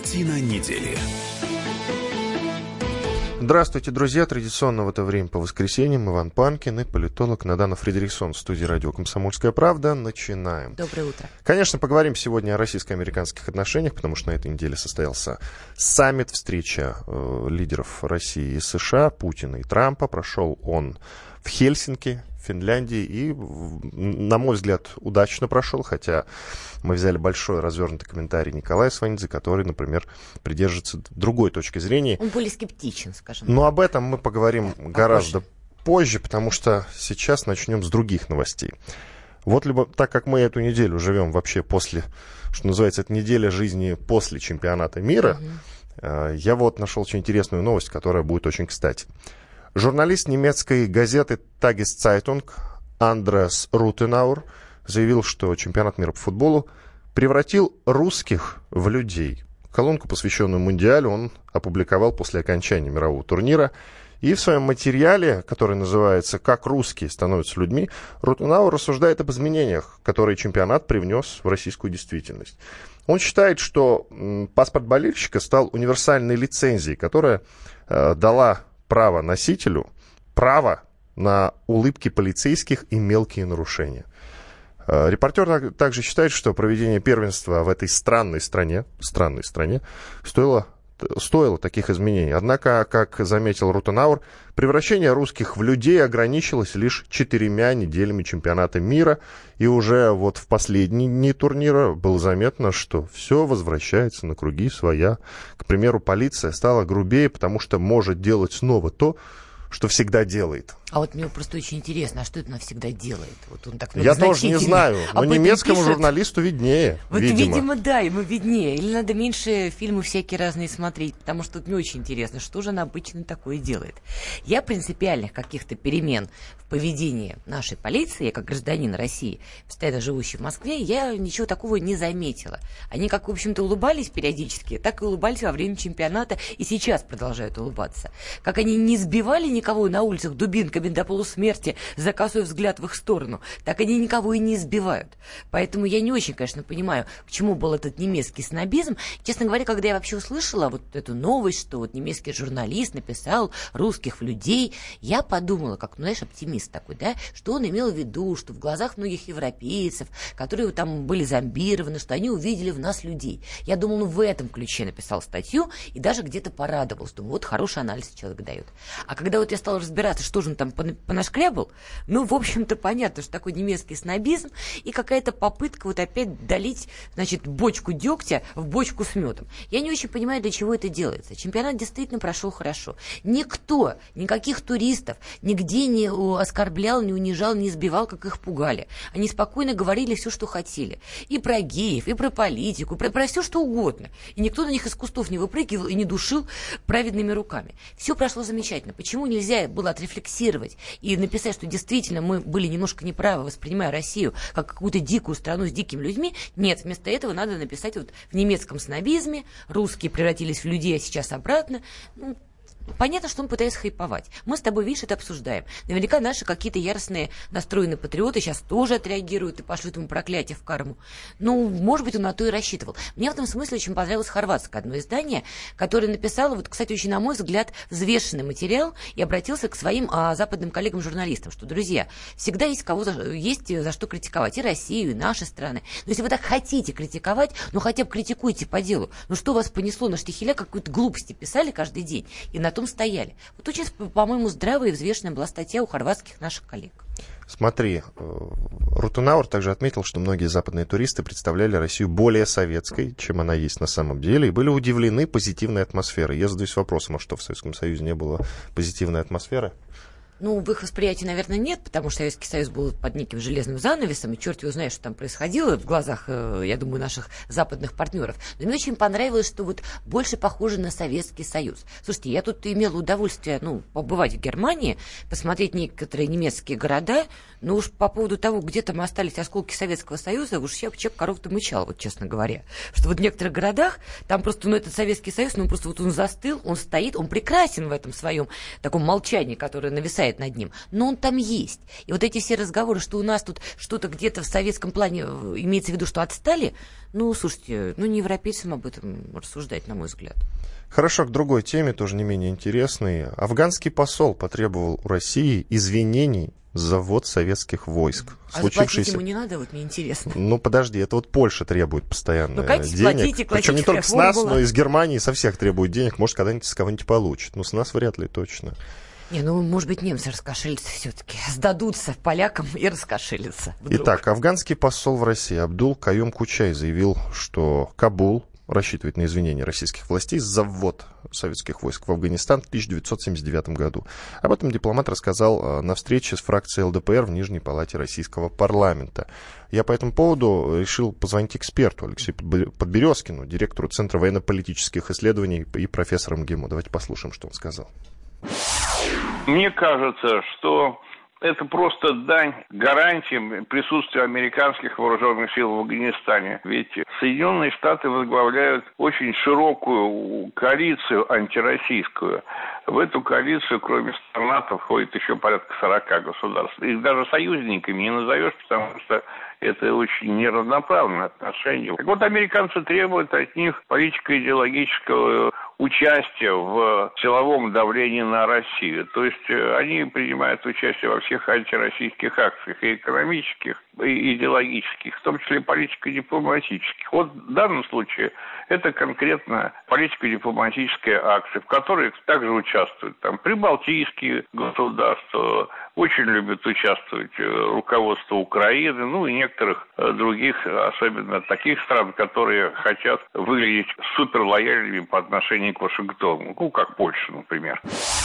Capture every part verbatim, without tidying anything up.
Картина недели. Здравствуйте, друзья. Традиционно в это время по воскресеньям Иван Панкин и политолог Надана Фридрихсон в студии радио «Комсомольская правда». Начинаем. Доброе утро. Конечно, поговорим сегодня о российско-американских отношениях, потому что на этой неделе состоялся саммит, встреча э, лидеров России и США, Путина и Трампа. Прошел он в Хельсинки, в Финляндии, и, на мой взгляд, удачно прошел, хотя мы взяли большой развернутый комментарий Николая Сванидзе, который, например, придерживается другой точки зрения. Он более скептичен, скажем так. Но об этом мы поговорим Попозже. гораздо позже, потому что сейчас начнем с других новостей. Вот либо, так как мы эту неделю живем вообще после, что называется, это неделя жизни после чемпионата мира, угу. я вот нашел очень интересную новость, которая будет очень кстати. Журналист немецкой газеты Tageszeitung Андреас Рутенауэр заявил, что чемпионат мира по футболу превратил русских в людей. Колонку, посвященную Мундиалю, он опубликовал после окончания мирового турнира. И в своем материале, который называется «Как русские становятся людьми», Рутенауэр рассуждает об изменениях, которые чемпионат привнес в российскую действительность. Он считает, что паспорт болельщика стал универсальной лицензией, которая э, дала право носителю, право на улыбки полицейских и мелкие нарушения. Репортер также считает, что проведение первенства в этой странной стране, странной стране стоило, стоило таких изменений. Однако, как заметил Рутенауэр, превращение русских в людей ограничилось лишь четырьмя неделями чемпионата мира, и уже вот в последние дни турнира было заметно, что все возвращается на круги своя. К примеру, полиция стала грубее, потому что может делать снова то, что всегда делает. А вот мне просто очень интересно, а что это навсегда делает? Вот он так Я тоже не знаю, но немецкому пишет. Журналисту виднее, вот, видимо. видимо, да, ему виднее. Или надо меньше фильмы всякие разные смотреть, потому что тут мне очень интересно, что же она обычно такое делает. Я принципиальных каких-то перемен в поведении нашей полиции, я как гражданин России, постоянно живущий в Москве, я ничего такого не заметила. Они как, в общем-то, улыбались периодически, так и улыбались во время чемпионата, и сейчас продолжают улыбаться. Как они не сбивали никого на улицах дубинками до полусмерти за косой взгляд в их сторону, так они никого и не избивают. Поэтому я не очень, конечно, понимаю, к чему был этот немецкий снобизм. Честно говоря, когда я вообще услышала вот эту новость, что вот немецкий журналист написал русских в людей, я подумала, как, ну, знаешь, оптимист такой, да, что он имел в виду, что в глазах многих европейцев, которые вот там были зомбированы, что они увидели в нас людей. Я думала, ну, в этом ключе написал статью и даже где-то порадовался. Думаю, вот хороший анализ человек дает. А когда вот я стала разбираться, что же он там понашкрябал, ну, в общем-то, понятно, что такой немецкий снобизм и какая-то попытка вот опять долить, значит, бочку дегтя в бочку с медом. Я не очень понимаю, для чего это делается. Чемпионат действительно прошел хорошо. Никто, никаких туристов нигде не оскорблял, не унижал, не избивал, как их пугали. Они спокойно говорили все, что хотели. И про геев, и про политику, про, про все, что угодно. И никто на них из кустов не выпрыгивал и не душил праведными руками. Все прошло замечательно. Почему нельзя было отрефлексировать и написать, что действительно мы были немножко неправы, воспринимая Россию как какую-то дикую страну с дикими людьми? Нет, вместо этого надо написать вот в немецком снобизме русские превратились в людей, а сейчас обратно. Ну, понятно, что он пытается хайповать. Мы с тобой, видишь, это обсуждаем. Наверняка наши какие-то яростные настроенные патриоты сейчас тоже отреагируют и пошлют ему проклятие в карму. Ну, может быть, он на то и рассчитывал. Мне в этом смысле очень понравилось хорватское одно издание, которое написало, вот, кстати, очень, на мой взгляд, взвешенный материал и обратился к своим а, западным коллегам-журналистам, что, друзья, всегда есть кого за, есть за что критиковать. И Россию, и наши страны. Но если вы так хотите критиковать, ну, хотя бы критикуйте по делу. Ну, что вас понесло на штихеля, какую-то глупости писали каждый день, и на том стояли. Вот очень, по-моему, здравая и взвешенная была статья у хорватских наших коллег. Смотри, Рутенауэр также отметил, что многие западные туристы представляли Россию более советской, чем она есть на самом деле, и были удивлены позитивной атмосферой. Я задаюсь вопросом, а что, в Советском Союзе не было позитивной атмосферы? Ну, в их восприятии, наверное, нет, потому что Советский Союз был под неким железным занавесом, и черт его знает, что там происходило в глазах, я думаю, наших западных партнеров. Но мне очень понравилось, что вот больше похоже на Советский Союз. Слушайте, я тут имела удовольствие, ну, побывать в Германии, посмотреть некоторые немецкие города. Ну уж по поводу того, где там остались осколки Советского Союза, уж я человек коров-то мычал, вот честно говоря. Что вот в некоторых городах там просто, ну, этот Советский Союз, ну, просто вот он застыл, он стоит, он прекрасен в этом своем таком молчании, которое нависает над ним, но он там есть. И вот эти все разговоры, что у нас тут что-то где-то в советском плане имеется в виду, что отстали, ну, слушайте, ну, не европейцам об этом рассуждать, на мой взгляд. Хорошо, к другой теме, тоже не менее интересной. Афганский посол потребовал у России извинений за ввод советских войск. А заплатить ему не надо, вот мне интересно. Ну, подожди, это вот Польша требует постоянно ну, денег. Платите, Причем не только с нас, была. но и с Германии, со всех требует денег. Может, когда-нибудь с кого-нибудь получит. Но с нас вряд ли точно. Не, ну, может быть, немцы раскошелятся все-таки. Сдадутся полякам и раскошелятся. Вдруг. Итак, афганский посол в России Абдул Каюм Кучай заявил, что Кабул рассчитывает на извинения российских властей за ввод советских войск в Афганистан в тысяча девятьсот семьдесят девятом году. Об этом дипломат рассказал на встрече с фракцией эл дэ пэ эр в Нижней палате российского парламента. Я по этому поводу решил позвонить эксперту Алексею Подберезкину, директору Центра военно-политических исследований и профессору эм гэ эм у. Давайте послушаем, что он сказал. Мне кажется, что это просто дань гарантиям присутствия американских вооруженных сил в Афганистане. Ведь Соединенные Штаты возглавляют очень широкую коалицию антироссийскую. В эту коалицию, кроме стран НАТО, входит еще порядка сорока государств. Их даже союзниками не назовешь, потому что это очень неравноправное отношение. Так вот, американцы требуют от них политико-идеологического участия в силовом давлении на Россию. То есть они принимают участие во всех антироссийских акциях, и экономических, и идеологических, в том числе политико-дипломатических. Вот в данном случае это конкретно политико-дипломатическая акция, в которой также участвуют там прибалтийские государства, очень любят участвовать руководство Украины, ну и некоторых других, особенно таких стран, которые хотят выглядеть суперлояльными по отношению к Вашингтону, ну как Польша, например.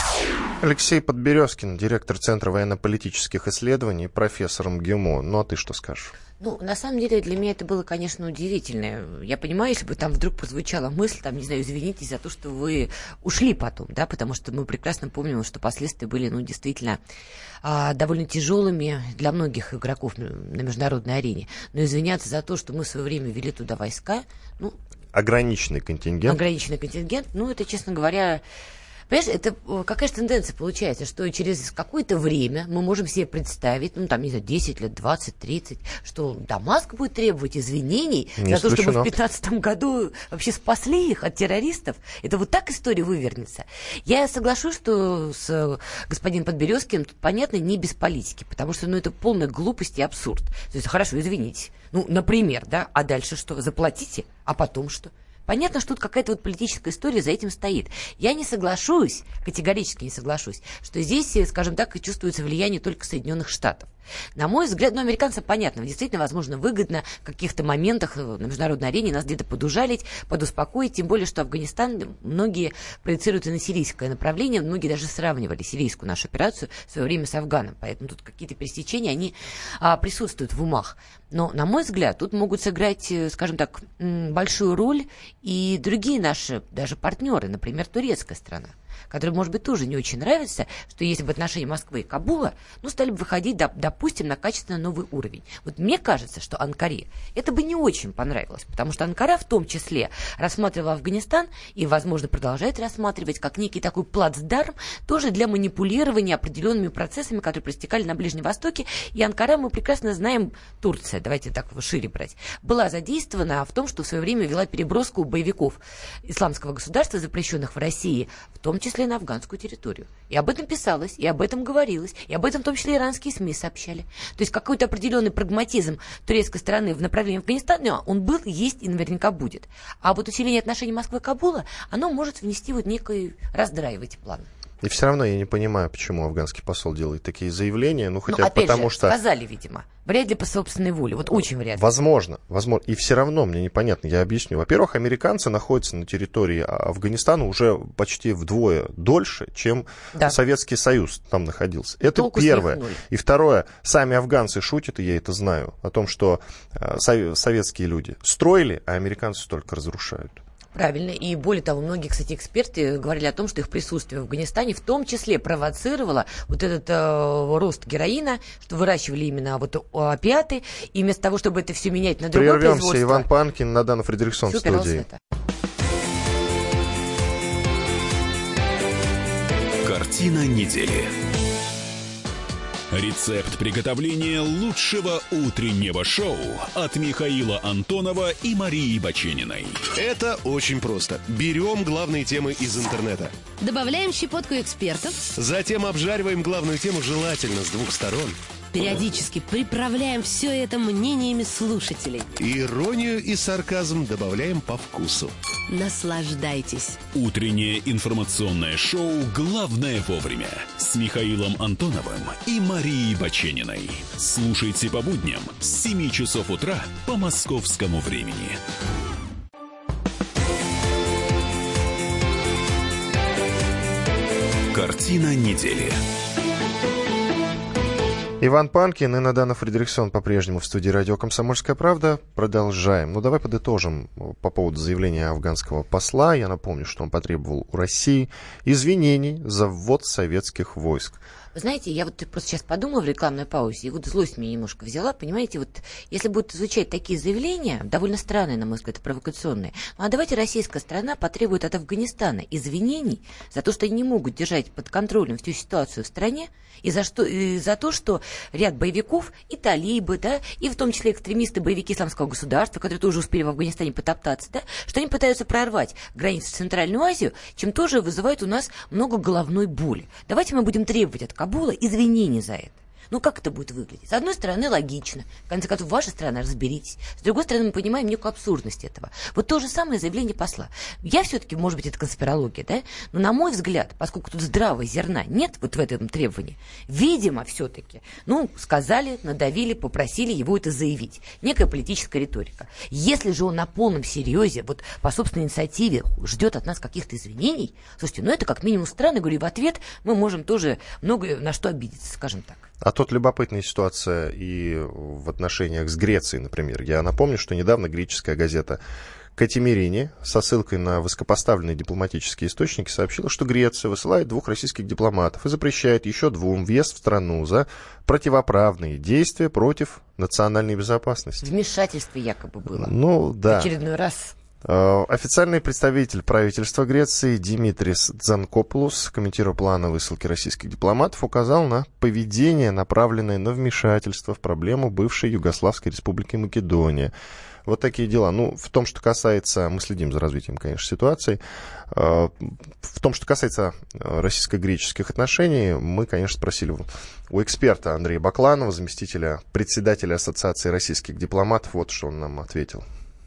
Алексей Подберезкин, директор Центра военно-политических исследований, профессор эм гэ эм у. Ну а ты что скажешь? Ну, на самом деле, для меня это было, конечно, удивительно. Я понимаю, если бы там вдруг прозвучала мысль, там, не знаю, извинитесь за то, что вы ушли потом, да, потому что мы прекрасно помним, что последствия были, ну, действительно а, довольно тяжелыми для многих игроков на международной арене. Но извиняться за то, что мы в свое время ввели туда войска, ну... Ограниченный контингент. Ограниченный контингент, ну, это, честно говоря... Понимаешь, это какая же тенденция получается, что через какое-то время мы можем себе представить, ну, там, не знаю, десять лет, двадцать, тридцать, что Дамаск будет требовать извинений не за то, что мы в пятнадцатом году вообще спасли их от террористов. Это вот так история вывернется. Я соглашусь, что с господином Подберезкиным тут, понятно, не без политики, потому что, ну, это полная глупость и абсурд. То есть, хорошо, извините. Ну, например, да, а дальше что? Заплатите, а потом что? Понятно, что тут какая-то вот политическая история за этим стоит. Я не соглашусь, категорически не соглашусь, что здесь, скажем так, чувствуется влияние только Соединенных Штатов. На мой взгляд, ну, американцам понятно, действительно, возможно, выгодно в каких-то моментах на международной арене нас где-то подужалить, подуспокоить, тем более, что Афганистан многие проецируют и на сирийское направление, многие даже сравнивали сирийскую нашу операцию в свое время с Афганом, поэтому тут какие-то пересечения, они а, присутствуют в умах. Но, на мой взгляд, тут могут сыграть, скажем так, большую роль и другие наши даже партнеры, например, турецкая страна, которой, может быть, тоже не очень нравится, что если бы отношения Москвы и Кабула, ну, стали бы выходить, допустим, на качественно новый уровень. Вот мне кажется, что Анкаре это бы не очень понравилось, потому что Анкара в том числе рассматривала Афганистан и, возможно, продолжает рассматривать как некий такой плацдарм тоже для манипулирования определенными процессами, которые проистекали на Ближнем Востоке. И Анкара, мы прекрасно знаем, Турция, давайте так его шире брать, была задействована в том, что в свое время вела переброску боевиков исламского государства, запрещенных в России, в том числе на афганскую территорию. И об этом писалось, и об этом говорилось, и об этом в том числе иранские СМИ сообщали. То есть какой-то определенный прагматизм турецкой стороны в направлении Афганистана, он был, есть и наверняка будет. А вот усиление отношений Москвы и Кабула, оно может внести вот некий раздрай в эти планы. И все равно я не понимаю, почему афганский посол делает такие заявления. Ну, хотя ну, опять потому же, что... сказали, видимо. Вряд ли по собственной воле. Вот очень вряд ли. Возможно, возможно. И все равно мне непонятно. Я объясню. Во-первых, американцы находятся на территории Афганистана уже почти вдвое дольше, чем да. Советский Союз там находился. Это толку первое. И второе. Сами афганцы шутят, и я это знаю, о том, что советские люди строили, а американцы только разрушают. Правильно. И более того, многие, кстати, эксперты говорили о том, что их присутствие в Афганистане в том числе провоцировало вот этот э, рост героина, что выращивали именно вот опиаты, и вместо того, чтобы это все менять на другое Прервемся. производство... Иван Панкин, Надана Фридрихсон в студии. Картина недели. Рецепт приготовления лучшего утреннего шоу от Михаила Антонова и Марии Бачениной. Это очень просто. Берем главные темы из интернета. Добавляем щепотку экспертов. Затем обжариваем главную тему желательно с двух сторон. Периодически приправляем все это мнениями слушателей. Иронию и сарказм добавляем по вкусу. Наслаждайтесь. Утреннее информационное шоу «Главное вовремя» с Михаилом Антоновым и Марией Бачениной. Слушайте по будням с семи часов утра по московскому времени. Картина недели. Иван Панкин и Надана Фридрихсон по-прежнему в студии радио «Комсомольская правда». Продолжаем. Ну, давай подытожим по поводу заявления афганского посла. Я напомню, что он потребовал у России извинений за ввод советских войск. Вы знаете, я вот просто сейчас подумала в рекламной паузе, и вот злость меня немножко взяла, понимаете, вот если будут звучать такие заявления, довольно странные, на мой взгляд, провокационные, ну а давайте российская страна потребует от Афганистана извинений за то, что они не могут держать под контролем всю ситуацию в стране, и за, что, и за то, что ряд боевиков, и талибы, да, и в том числе экстремисты, боевики исламского государства, которые тоже успели в Афганистане потоптаться, да, что они пытаются прорвать границы в Центральную Азию, чем тоже вызывает у нас много головной боли. Давайте мы будем требовать от Кабула извинений за это. Ну, как это будет выглядеть? С одной стороны, логично. В конце концов, ваша страна, разберитесь. С другой стороны, мы понимаем некую абсурдность этого. Вот то же самое заявление посла. Я все-таки, может быть, это конспирология, да? Но, на мой взгляд, поскольку тут здравого зерна нет вот в этом требовании, видимо, все-таки, ну, сказали, надавили, попросили его это заявить. Некая политическая риторика. Если же он на полном серьезе, вот по собственной инициативе, ждет от нас каких-то извинений, слушайте, ну, это как минимум странно, говорю, и в ответ мы можем тоже много на что обидеться, скажем так. А тут любопытная ситуация и в отношениях с Грецией, например. Я напомню, что недавно греческая газета «Катимирини» со ссылкой на высокопоставленные дипломатические источники сообщила, что Греция высылает двух российских дипломатов и запрещает еще двум въезд в страну за противоправные действия против национальной безопасности. Вмешательство якобы было. Ну, да. В очередной раз. Официальный представитель правительства Греции Димитрис Дзанкопулос, комментируя планы высылки российских дипломатов, указал на поведение, направленное на вмешательство в проблему бывшей Югославской республики Македония. Вот такие дела. Ну, в том, что касается... Мы следим за развитием, конечно, ситуации. В том, что касается российско-греческих отношений, мы, конечно, спросили у эксперта Андрея Бакланова, заместителя председателя Ассоциации российских дипломатов. Вот что он нам ответил.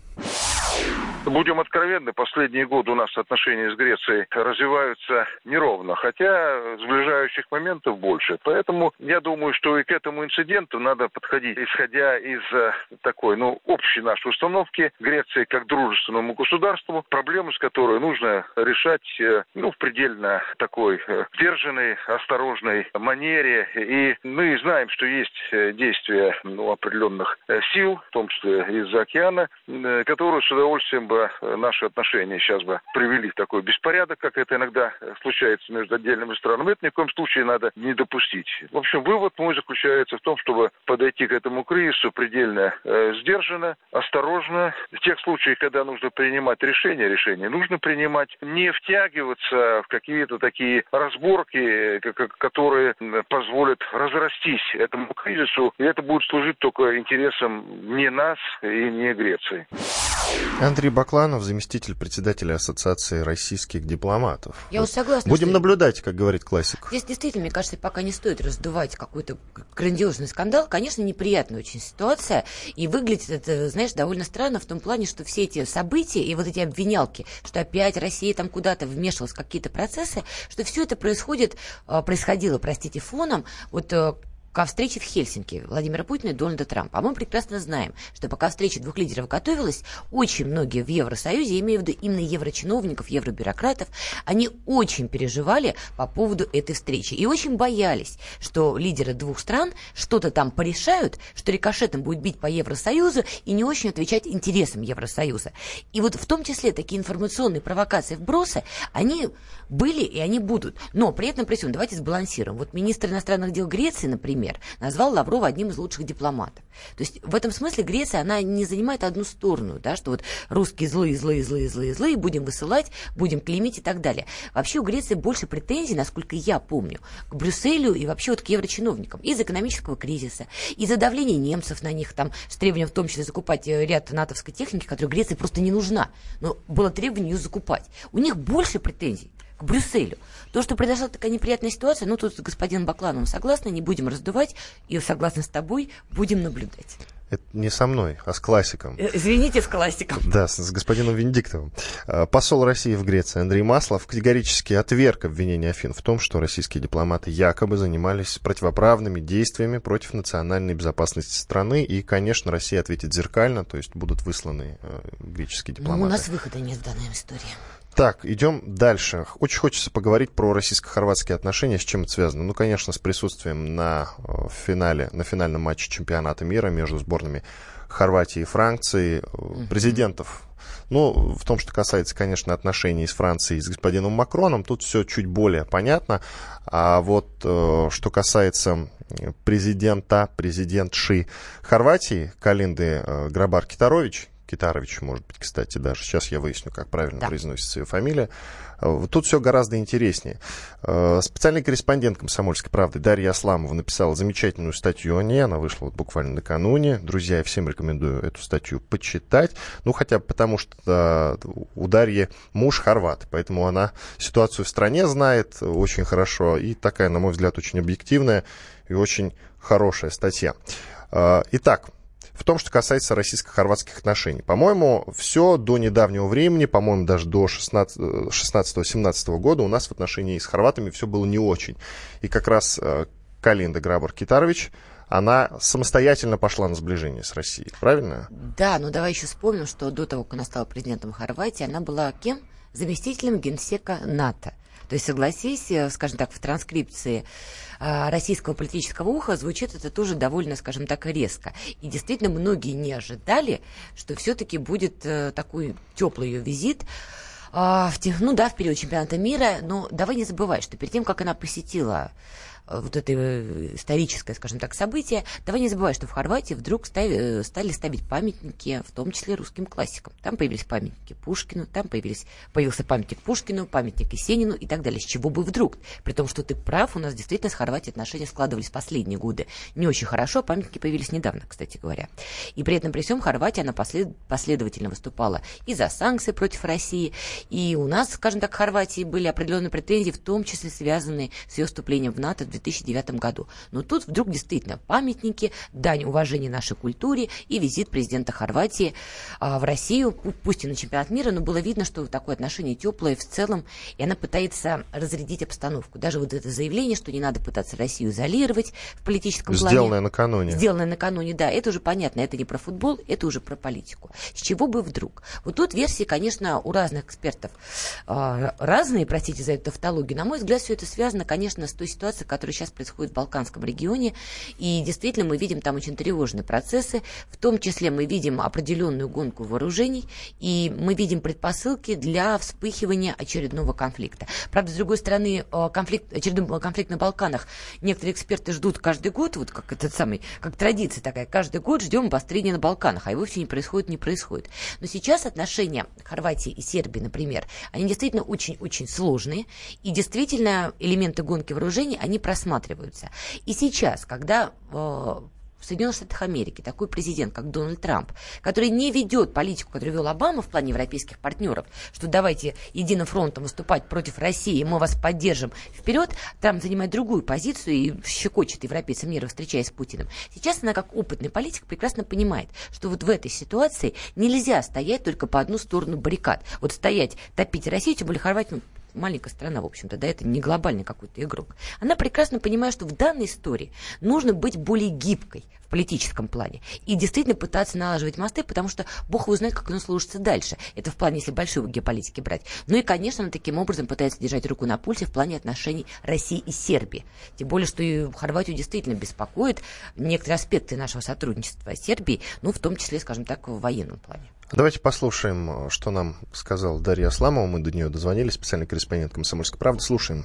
Будем откровенны, последние годы у нас отношения с Грецией развиваются неровно, хотя сближающих моментов больше. Поэтому я думаю, что и к этому инциденту надо подходить, исходя из такой, ну, общей нашей установки Греции как дружественному государству, проблемы с которой нужно решать, ну, в предельно такой сдержанной, осторожной манере. И мы знаем, что есть действия, ну, определенных сил, в том числе из-за океана, которые с удовольствием бы наши отношения сейчас бы привели в такой беспорядок, как это иногда случается между отдельными странами. Это ни в коем случае надо не допустить. В общем, вывод мой заключается в том, чтобы подойти к этому кризису предельно э, сдержанно, осторожно. В тех случаях, когда нужно принимать решения, решения нужно принимать, не втягиваться в какие-то такие разборки, которые позволят разрастись этому кризису, и это будет служить только интересам не нас и не Греции. Андрей Бакланов, заместитель председателя Ассоциации российских дипломатов. Я вот согласна. Будем что... наблюдать, как говорит классик. Здесь действительно, мне кажется, пока не стоит раздувать какой-то грандиозный скандал. Конечно, неприятная очень ситуация. И выглядит это, знаешь, довольно странно в том плане, что все эти события и вот эти обвинялки, что опять Россия там куда-то вмешивалась в какие-то процессы, что все это происходит, происходило, простите, фоном вот ко встрече в Хельсинки Владимира Путина и Дональда Трампа. А мы прекрасно знаем, что пока встреча двух лидеров готовилась, очень многие в Евросоюзе, я имею в виду именно еврочиновников, евробюрократов, они очень переживали по поводу этой встречи и очень боялись, что лидеры двух стран что-то там порешают, что рикошетом будет бить по Евросоюзу и не очень отвечать интересам Евросоюза. И вот в том числе такие информационные провокации, вбросы, они были и они будут. Но при этом, при всем, давайте сбалансируем. Вот министр иностранных дел Греции, например, назвал Лаврова одним из лучших дипломатов. То есть в этом смысле Греция, она не занимает одну сторону, да, что вот русские злые, злые, злые, злые, злые, будем высылать, будем клеймить и так далее. Вообще у Греции больше претензий, насколько я помню, к Брюсселю и вообще вот к еврочиновникам. Из экономического кризиса, из-за давления немцев на них, там, с требованием в том числе закупать ряд натовской техники, которая Греции просто не нужна. Но было требование ее закупать. У них больше претензий к Брюсселю. То, что произошла такая неприятная ситуация, ну, тут с господином Баклановым согласны, не будем раздувать, и согласны с тобой, будем наблюдать. Это не со мной, а с классиком. Извините, с классиком. Да, с, с господином Венедиктовым. Посол России в Греции Андрей Маслов категорически отверг обвинение Афин в том, что российские дипломаты якобы занимались противоправными действиями против национальной безопасности страны. И, конечно, Россия ответит зеркально, то есть будут высланы э, греческие дипломаты. Ну, у нас выхода нет в данной истории. Так, идем дальше. Очень хочется поговорить про российско-хорватские отношения. С чем это связано? Ну, конечно, с присутствием на финале, на финальном матче чемпионата мира между сборными Хорватии и Франции президентов. Ну, в том, что касается, конечно, отношений с Францией и с господином Макроном, тут все чуть более понятно. А вот что касается президента, президентши Хорватии Калинды Грабар-Китарович, Китарович, может быть, кстати, даже. Сейчас я выясню, как правильно да. произносится ее фамилия. Тут все гораздо интереснее. Специальный корреспондент «Комсомольской правды» Дарья Асламова написала замечательную статью о ней. Она вышла вот буквально накануне. Друзья, я всем рекомендую эту статью почитать. Ну, хотя бы потому, что у Дарьи муж хорват, поэтому она ситуацию в стране знает очень хорошо. И такая, на мой взгляд, очень объективная и очень хорошая статья. Итак, в том, что касается российско-хорватских отношений. По-моему, все до недавнего времени, по-моему, даже до шестнадцатого-семнадцатого года у нас в отношении с хорватами все было не очень. И как раз Калинда Грабар-Китарович, она самостоятельно пошла на сближение с Россией, правильно? Да, но давай еще вспомним, что до того, как она стала президентом Хорватии, она была кем? Заместителем генсека НАТО. То есть, согласись, скажем так, в транскрипции российского политического уха звучит это тоже довольно, скажем так, резко. И действительно, многие не ожидали, что все-таки будет такой теплый ее визит. В, ну да, в период чемпионата мира, но давай не забывай, что перед тем, как она посетила вот это историческое, скажем так, событие, давай не забывай, что в Хорватии вдруг стали, стали ставить памятники, в том числе русским классикам. Там появились памятники Пушкину, там появились, появился памятник Пушкину, памятник Есенину и так далее. С чего бы вдруг? При том, что ты прав, у нас действительно с Хорватией отношения складывались последние годы не очень хорошо, памятники появились недавно, кстати говоря. И при этом, при всем, Хорватия, она послед, последовательно выступала и за санкции против России, и у нас, скажем так, в Хорватии были определенные претензии, в том числе связанные с ее вступлением в НАТО в две тысячи девятом году. Но тут вдруг действительно памятники, дань уважения нашей культуре и визит президента Хорватии а, в Россию, пусть и на чемпионат мира, но было видно, что такое отношение теплое в целом, и она пытается разрядить обстановку. Даже вот это заявление, что не надо пытаться Россию изолировать в политическом плане. Сделанное накануне. Сделанное накануне, да. Это уже понятно, это не про футбол, это уже про политику. С чего бы вдруг? Вот тут версии, конечно, у разных экспертов а, разные, простите за эту тавтологию. На мой взгляд, все это связано, конечно, с той ситуацией, которая сейчас происходит в Балканском регионе, и действительно мы видим там очень тревожные процессы, в том числе мы видим определенную гонку вооружений, и мы видим предпосылки для вспыхивания очередного конфликта. Правда, с другой стороны, конфликт, очередной конфликт на Балканах некоторые эксперты ждут каждый год, вот как этот самый, как традиция такая, каждый год ждем обострения на Балканах, а его все не происходит, не происходит. Но сейчас отношения Хорватии и Сербии, например, они действительно очень-очень сложные, и действительно элементы гонки вооружений, они просматриваются. И сейчас, когда э, в Соединенных Штатах Америки такой президент, как Дональд Трамп, который не ведет политику, которую вел Обама в плане европейских партнеров, что давайте единым фронтом выступать против России, мы вас поддержим вперед, Трамп занимает другую позицию и щекочет европейцам мира, встречаясь с Путиным. Сейчас она, как опытный политик, прекрасно понимает, что вот в этой ситуации нельзя стоять только по одну сторону баррикад. Вот стоять, топить Россию, тем более Хорватию, маленькая страна, в общем-то, да, это не глобальный какой-то игрок. Она прекрасно понимает, что в данной истории нужно быть более гибкой в политическом плане и действительно пытаться налаживать мосты, потому что Бог его знает, как оно сложится дальше. Это в плане, если большой геополитики брать. Ну и, конечно, она таким образом пытается держать руку на пульсе в плане отношений России и Сербии. Тем более, что и Хорватию действительно беспокоит некоторые аспекты нашего сотрудничества с Сербией, ну, в том числе, скажем так, в военном плане. Давайте послушаем, что нам сказала Дарья Асламова. Мы до нее дозвонились, специальный корреспондент «Комсомольской правды». Слушаем.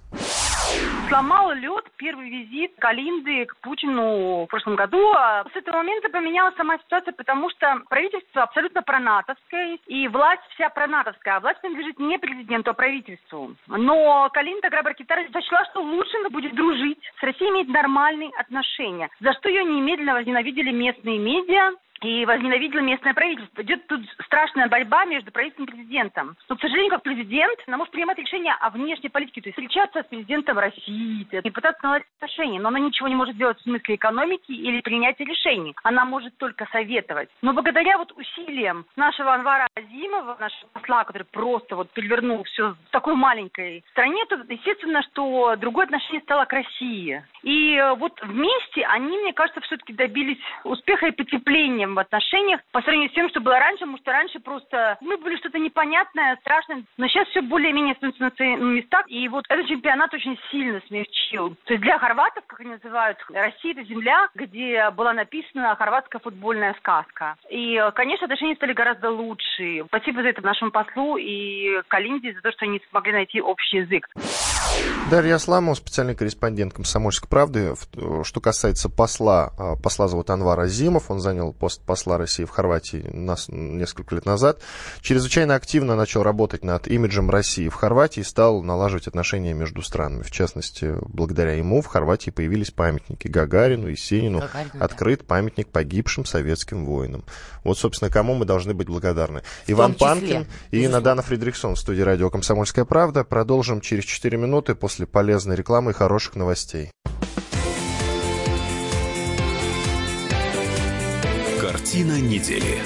Сломал лед первый визит Калинды к Путину в прошлом году. С этого момента поменялась сама ситуация, потому что правительство абсолютно пронатовское, и власть вся пронатовская, а власть принадлежит не президенту, а правительству. Но Калинда Грабаркитар сочла, что лучше будет дружить с Россией, иметь нормальные отношения, за что ее немедленно возненавидели местные медиа и возненавидело местное правительство. Идет тут страшная борьба между правительством и президентом. Но, к сожалению, как президент, она может принимать решения о внешней политике, то есть встречаться с президентом России и пытаться наладить отношения. Но она ничего не может сделать в смысле экономики или принятия решений. Она может только советовать. Но благодаря вот усилиям нашего Анвара Азимова, нашего посла, который просто вот перевернул все в такой маленькой стране, то естественно, что другое отношение стало к России. И вот вместе они, мне кажется, все-таки добились успеха и потепления в отношениях по сравнению с тем, что было раньше, потому что раньше просто мы были что-то непонятное, страшное, но сейчас все более-менее становится на своих местах, и вот этот чемпионат очень сильно смягчил. То есть для хорватов, как они называют, Россия — это земля, где была написана хорватская футбольная сказка. И, конечно, отношения стали гораздо лучше. Спасибо за это нашему послу и Калинде за то, что они смогли найти общий язык. Дарья Асламова, специальный корреспондент «Комсомольской правды». Что касается посла, посла зовут Анвар Азимов, он занял пост посла России в Хорватии нас несколько лет назад. Чрезвычайно активно начал работать над имиджем России в Хорватии и стал налаживать отношения между странами. В частности, благодаря ему в Хорватии появились памятники Гагарину, Есенину, Гагарину, открыт да. памятник погибшим советским воинам. Вот, собственно, кому мы должны быть благодарны. В Иван Панкин и Надана Фридрихсон в студии радио «Комсомольская правда». Продолжим через четыре минуты после полезной рекламы и хороших новостей. Картина недели.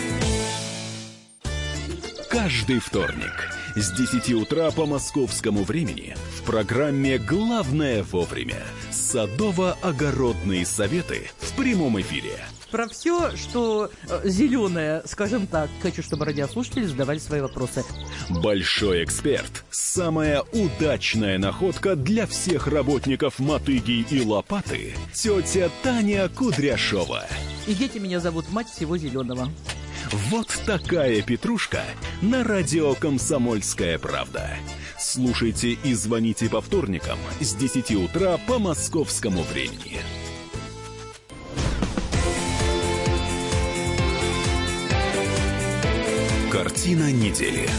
Каждый вторник с десяти утра по московскому времени в программе «Главное вовремя» садово-огородные советы в прямом эфире. Про все, что э, зеленое, скажем так. Хочу, чтобы радиослушатели задавали свои вопросы. Большой эксперт. Самая удачная находка для всех работников мотыги и лопаты. Тетя Таня Кудряшова. И дети меня зовут мать всего зеленого. Вот такая петрушка на радио «Комсомольская правда». Слушайте и звоните по вторникам с десяти утра по московскому времени. Картина недели.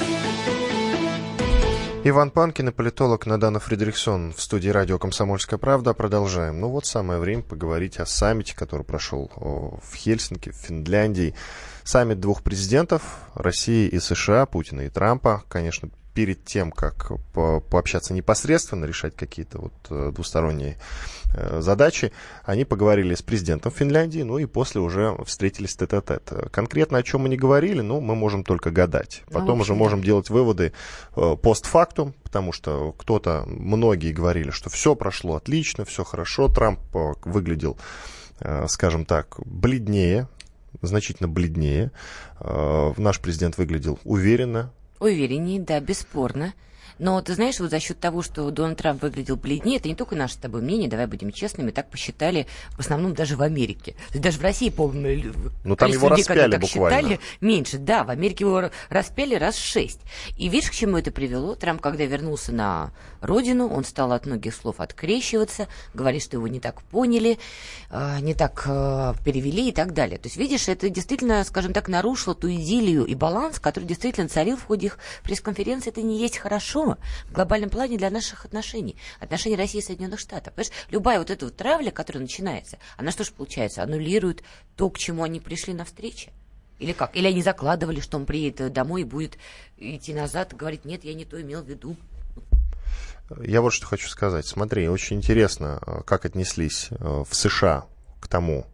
Иван Панкин и политолог Надана Фридрихсон в студии радио «Комсомольская правда». Продолжаем. Ну вот самое время поговорить о саммите, который прошел в Хельсинки, в Финляндии. Саммит двух президентов, России и США, Путина и Трампа. Конечно, перед тем, как по- пообщаться непосредственно, решать какие-то вот двусторонние э, задачи, они поговорили с президентом Финляндии, ну и после уже встретились тет-а-тет. Конкретно о чем мы не говорили, ну, мы можем только гадать. Потом ну, уже можем делать выводы э, постфактум, потому что кто-то, многие говорили, что все прошло отлично, все хорошо. Трамп э, выглядел, э, скажем так, бледнее, значительно бледнее. Э, наш президент выглядел уверенно. Увереннее, да, бесспорно. Но ты знаешь, вот за счет того, что Дональд Трамп выглядел бледнее, это не только наше с тобой мнение, давай будем честными, так посчитали в основном даже в Америке. Даже в России, по-моему, ну, там его людей, распяли так буквально. Считали, меньше. Да, в Америке его распяли раз шесть. И видишь, к чему это привело? Трамп, когда вернулся на родину, он стал от многих слов открещиваться, говорит, что его не так поняли, не так перевели и так далее. То есть, видишь, это действительно, скажем так, нарушило ту идиллию и баланс, который действительно царил в ходе их пресс-конференции. Это не есть хорошо в глобальном плане для наших отношений, отношений России и Соединенных Штатов. Понимаешь, любая вот эта вот травля, которая начинается, она что ж получается, аннулирует то, к чему они пришли на встрече? Или как? Или они закладывали, что он приедет домой и будет идти назад и говорить, нет, я не то имел в виду. Я вот что хочу сказать. Смотри, очень интересно, как отнеслись в США к тому,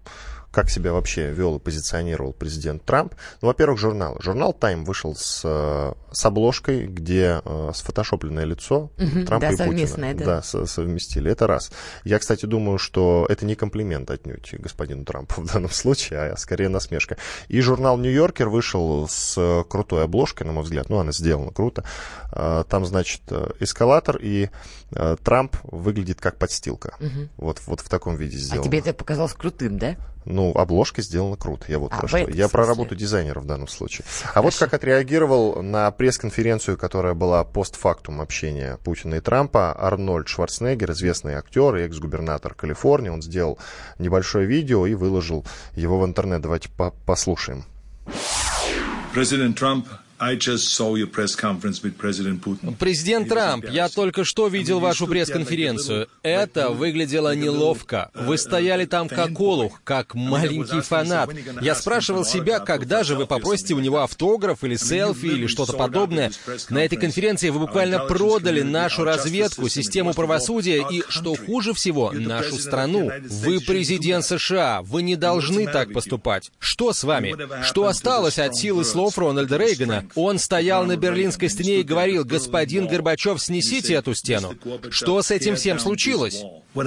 как себя вообще вел и позиционировал президент Трамп. Ну, во-первых, журнал. Журнал «Тайм» вышел с, с обложкой, где сфотошопленное лицо угу, Трампа да, и Путина. Да, да, совместили. Это раз. Я, кстати, думаю, что это не комплимент отнюдь господину Трампу в данном случае, а скорее насмешка. И журнал «Нью-Йоркер» вышел с крутой обложкой, на мой взгляд. Ну, она сделана круто. Там, значит, эскалатор, и Трамп выглядит как подстилка. Угу. Вот, вот в таком виде сделано. А тебе это показалось крутым, да? Ну, обложка сделана круто. Я вот а, про что. Я про работу дизайнера в данном случае. Хорошо. А вот как отреагировал на пресс-конференцию, которая была постфактум общения Путина и Трампа, Арнольд Шварценеггер, известный актер и экс-губернатор Калифорнии. Он сделал небольшое видео и выложил его в интернет. Давайте по- послушаем. Президент Трамп, Президент Трамп, я только что видел вашу пресс-конференцию. Это выглядело неловко. Вы стояли там как олух, как маленький фанат. Я спрашивал себя, когда же вы попросите у него автограф или селфи или что-то подобное. На этой конференции вы буквально продали нашу разведку, систему правосудия и, что хуже всего, нашу страну. Вы президент США, вы не должны так поступать. Что с вами? Что осталось от силы слов Рональда Рейгана? Он стоял на Берлинской стене и говорил: «Господин Горбачев, снесите эту стену». Что с этим всем случилось?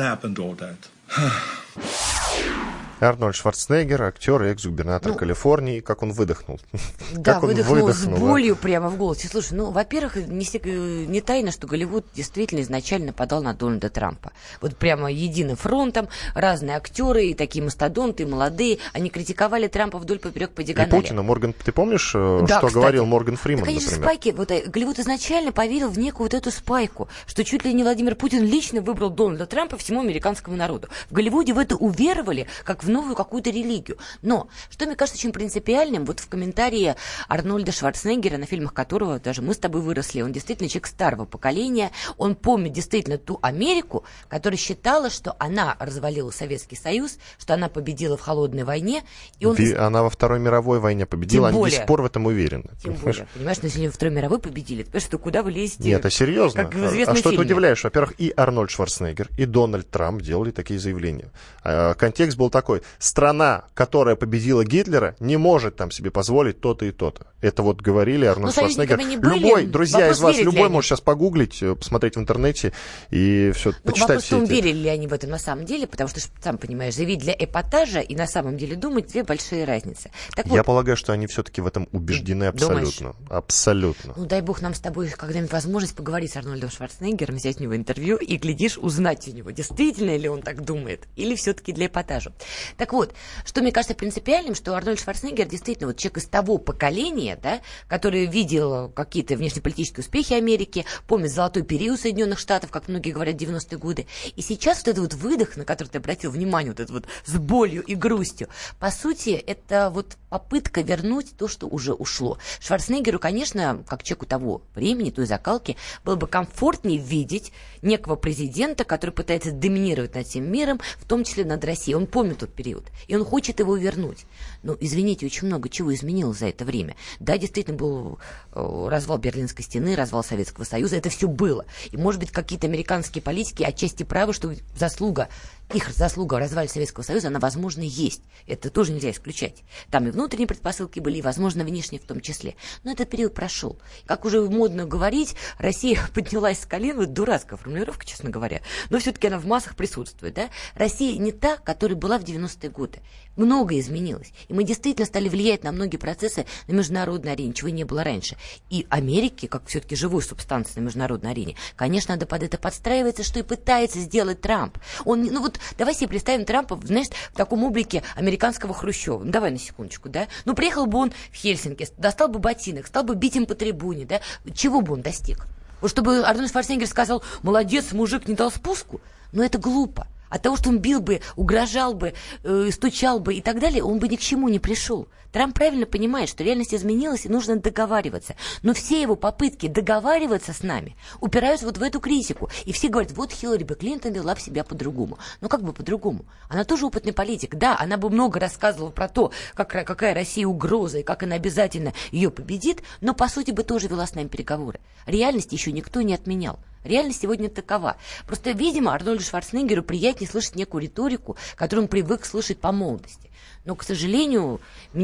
Арнольд Шварценеггер, актер и экс-губернатор ну, Калифорнии, как он выдохнул. Да, как он выдохнул, выдохнул с болью да. прямо в голосе. Слушай, ну, во-первых, не, не тайно, что Голливуд действительно изначально нападал на Дональда Трампа. Вот прямо единым фронтом, разные актеры, и такие мастодонты, и молодые, они критиковали Трампа вдоль поперек по диагонали. И Путина, Морган, ты помнишь, да, что кстати, говорил Морган Фриман, да, конечно, например? спайки, вот Голливуд изначально поверил в некую вот эту спайку, что чуть ли не Владимир Путин лично выбрал Дональда Трампа всему американскому народу. В Голливуде в это уверовали, как в новую какую-то религию. Но, что мне кажется очень принципиальным, вот в комментарии Арнольда Шварценеггера, на фильмах которого даже мы с тобой выросли, он действительно человек старого поколения, он помнит действительно ту Америку, которая считала, что она развалила Советский Союз, что она победила в холодной войне. И он... Она во Второй мировой войне победила, Тем они более, до сих пор в этом уверены. Тем более, понимаешь, но если во Второй мировой победили, то что куда вы лезете? Нет, это серьезно. Как в известном а что фильме. ты удивляешь? Во-первых, и Арнольд Шварценеггер, и Дональд Трамп делали такие заявления. Контекст был такой: страна, которая победила Гитлера, не может там себе позволить то-то и то-то. Это вот говорили Арнольд Шварценеггер. Любой, друзья вопрос, из вас, любой может сейчас погуглить, посмотреть в интернете и все, ну, почитать вопрос все в том, эти... верили ли они в этом на самом деле, потому что, сам понимаешь, заявить для эпатажа и на самом деле думать — две большие разницы. Так Я вот, полагаю, что они все-таки в этом убеждены абсолютно. Думаешь? Абсолютно. Ну, дай бог нам с тобой когда-нибудь возможность поговорить с Арнольдом Шварценеггером, взять у него интервью и, глядишь, узнать у него, действительно ли он так думает, или все-таки для эпатажа. Так вот, что мне кажется принципиальным, что Арнольд Шварценеггер действительно вот человек из того поколения, да, который видел какие-то внешнеполитические успехи Америки, помнит золотой период Соединенных Штатов, как многие говорят, девяностые годы. И сейчас вот этот вот выдох, на который ты обратил внимание, вот этот вот с болью и грустью, по сути, это вот попытка вернуть то, что уже ушло. Шварценеггеру, конечно, как человеку того времени, той закалки, было бы комфортнее видеть некого президента, который пытается доминировать над всем миром, в том числе над Россией. Он помнит тот период, и он хочет его вернуть. Но, извините, очень много чего изменилось за это время. Да, действительно, был развал Берлинской стены, развал Советского Союза, это все было. И, может быть, какие-то американские политики отчасти правы, что заслуга, их заслуга в развале Советского Союза, она, возможно, есть. Это тоже нельзя исключать. Там и внутренние предпосылки были, и, возможно, внешние в том числе. Но этот период прошел. Как уже модно говорить, Россия поднялась с колен, вот дурацкая формулировка, честно говоря, но все-таки она в массах присутствует. Да? Россия не та, которая была в девяностые годы. Многое изменилось. И мы действительно стали влиять на многие процессы на международной арене, чего не было раньше. И Америке, как все-таки живой субстанции на международной арене, конечно, надо под это подстраиваться, что и пытается сделать Трамп. Он, ну вот, давай себе представим Трампа, знаешь, в таком облике американского Хрущева. Ну, давай на секундочку, да? Ну, приехал бы он в Хельсинки, достал бы ботинок, стал бы бить им по трибуне, да? Чего бы он достиг? Вот чтобы Арнольд Шварценеггер сказал: молодец, мужик, не дал спуску? Но это глупо. От того, что он бил бы, угрожал бы, э, стучал бы и так далее, он бы ни к чему не пришел. Трамп правильно понимает, что реальность изменилась и нужно договариваться. Но все его попытки договариваться с нами упираются вот в эту критику. И все говорят: вот Хиллари бы Клинтон вела бы себя по-другому. Ну как бы по-другому? Она тоже опытный политик. Да, она бы много рассказывала про то, как, какая Россия угроза и как она обязательно ее победит, но по сути бы тоже вела с нами переговоры. Реальность еще никто не отменял. Реальность сегодня такова. Просто, видимо, Арнольду Шварценеггеру приятнее слышать некую риторику, которую он привык слышать по молодости. Но, к сожалению,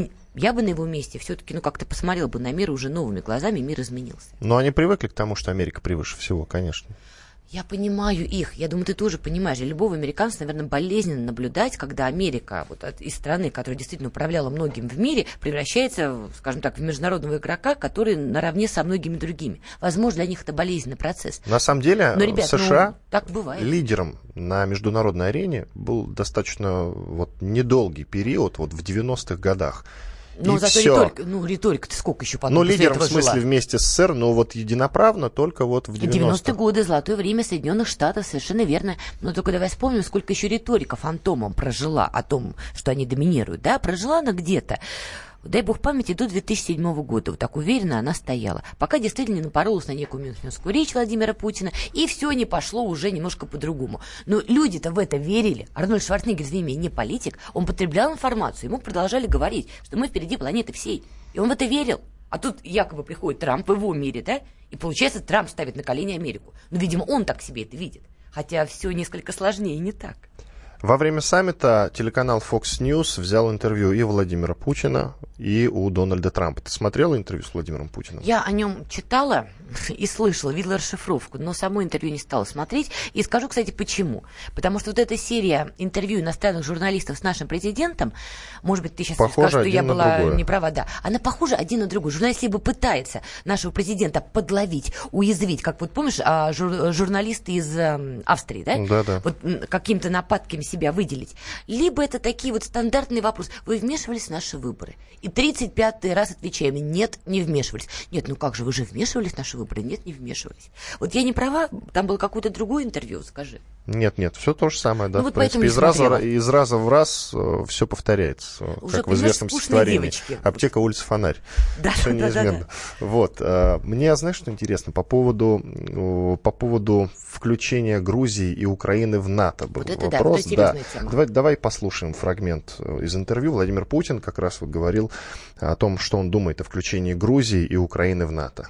я бы на его месте все-таки, ну, как-то посмотрел бы на мир уже новыми глазами, мир изменился. Но они привыкли к тому, что Америка превыше всего, конечно. Я понимаю их. Я думаю, ты тоже понимаешь. Для любого американца, наверное, болезненно наблюдать, когда Америка вот, из страны, которая действительно управляла многим в мире, превращается, скажем так, в международного игрока, который наравне со многими другими. Возможно, для них это болезненный процесс. На самом деле, Но, ребят, США ну, так бывает. Лидером на международной арене был достаточно вот, недолгий период, вот в девяностых годах. Но и зато все. риторика, ну, риторика-то сколько еще потом Ну, лидером в смысле жила? вместе с СССР, но вот единоправно только вот в девяностых. девяностые годы, золотое время Соединенных Штатов, совершенно верно. Но только давай вспомним, сколько еще риторика фантомом прожила о том, что они доминируют. Да, прожила она где-то, дай бог памяти, до две тысячи седьмого года. Вот так уверенно она стояла. Пока действительно не напоролась на некую мюнхенскую речь Владимира Путина, и все не пошло уже немножко по-другому. Но люди-то в это верили. Арнольд Шварценеггер, извини, не политик, он потреблял информацию, ему продолжали говорить, что мы впереди планеты всей. И он в это верил. А тут якобы приходит Трамп в его мире, да? И получается, Трамп ставит на колени Америку. Но, видимо, он так себе это видит. Хотя все несколько сложнее, не так. Во время саммита телеканал Fox News взял интервью и Владимира Путина, и у Дональда Трампа. Ты смотрела интервью с Владимиром Путиным? Я о нем читала и слышала, видела расшифровку, но само интервью не стала смотреть. И скажу, кстати, почему. Потому что вот эта серия интервью иностранных журналистов с нашим президентом, может быть, ты сейчас похоже скажешь, что я была другое. не права, да, она похожа один на другой. Журналист либо пытается нашего президента подловить, уязвить, как вот помнишь, жур- журналисты из э, Австрии, да? Да, да. Вот каким-то нападками себя выделить. Либо это такие вот стандартные вопросы. Вы вмешивались в наши выборы? И тридцать пятый раз отвечаем: нет, не вмешивались. Нет, ну как же, вы же вмешивались в наши выборы? Нет, не вмешивались. Вот я не права, там было какое-то другое интервью, скажи. Нет, нет, все то же самое, да, ну, в вот принципе, из раза, из раза в раз э, все повторяется, уже, как в известном стихотворении. Девочки. Аптека, улица, фонарь. Да, все да, неизменно. Да, да. Вот, э, мне, знаешь, что интересно, по поводу, э, по поводу включения Грузии и Украины в НАТО был вот это вопрос. Да, да. тема. Давай, давай послушаем фрагмент из интервью. Владимир Путин как раз вот говорил о том, что он думает о включении Грузии и Украины в НАТО.